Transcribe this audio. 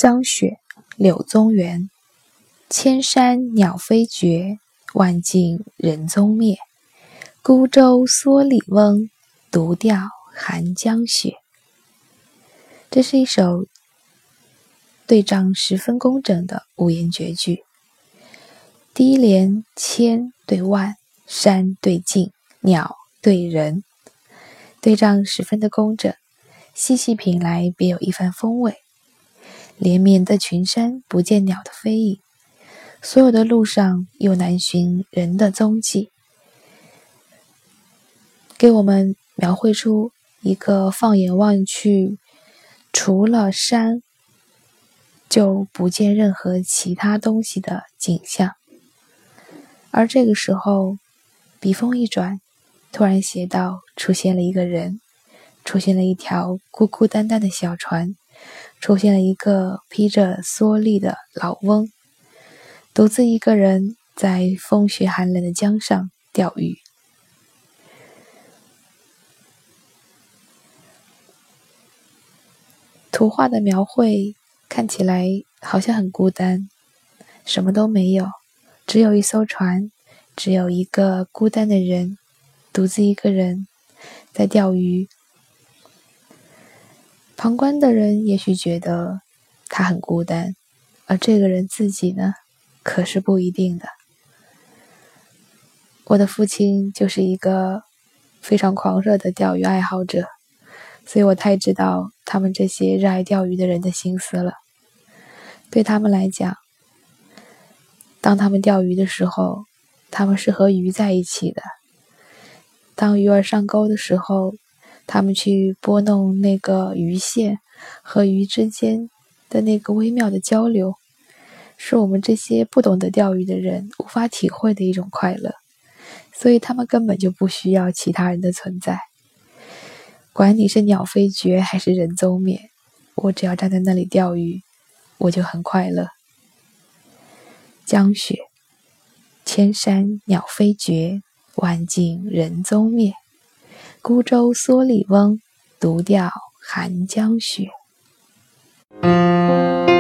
江雪，柳宗元。千山鸟飞绝，万径人踪灭。孤舟蓑笠翁，独钓寒江雪。这是一首对仗十分工整的五言绝句。第一联千对万，山对径，鸟对人，对仗十分的工整，细细品来别有一番风味。连绵的群山不见鸟的飞影，所有的路上又难寻人的踪迹，给我们描绘出一个放眼望去，除了山就不见任何其他东西的景象。而这个时候笔锋一转，突然写道出现了一个人，出现了一条孤孤单单的小船，出现了一个披着蓑笠的老翁，独自一个人在风雪寒冷的江上钓鱼。图画的描绘看起来好像很孤单，什么都没有，只有一艘船，只有一个孤单的人，独自一个人在钓鱼。旁观的人也许觉得他很孤单，而这个人自己呢，可是不一定的。我的父亲就是一个非常狂热的钓鱼爱好者，所以我太知道他们这些热爱钓鱼的人的心思了。对他们来讲，当他们钓鱼的时候，他们是和鱼在一起的。当鱼儿上钩的时候，他们去拨弄那个鱼线和鱼之间的那个微妙的交流，是我们这些不懂得钓鱼的人无法体会的一种快乐，所以他们根本就不需要其他人的存在。管你是鸟飞绝还是人踪灭，我只要站在那里钓鱼，我就很快乐。江雪，千山鸟飞绝，万径人踪灭。孤舟蓑笠翁，独钓寒江雪。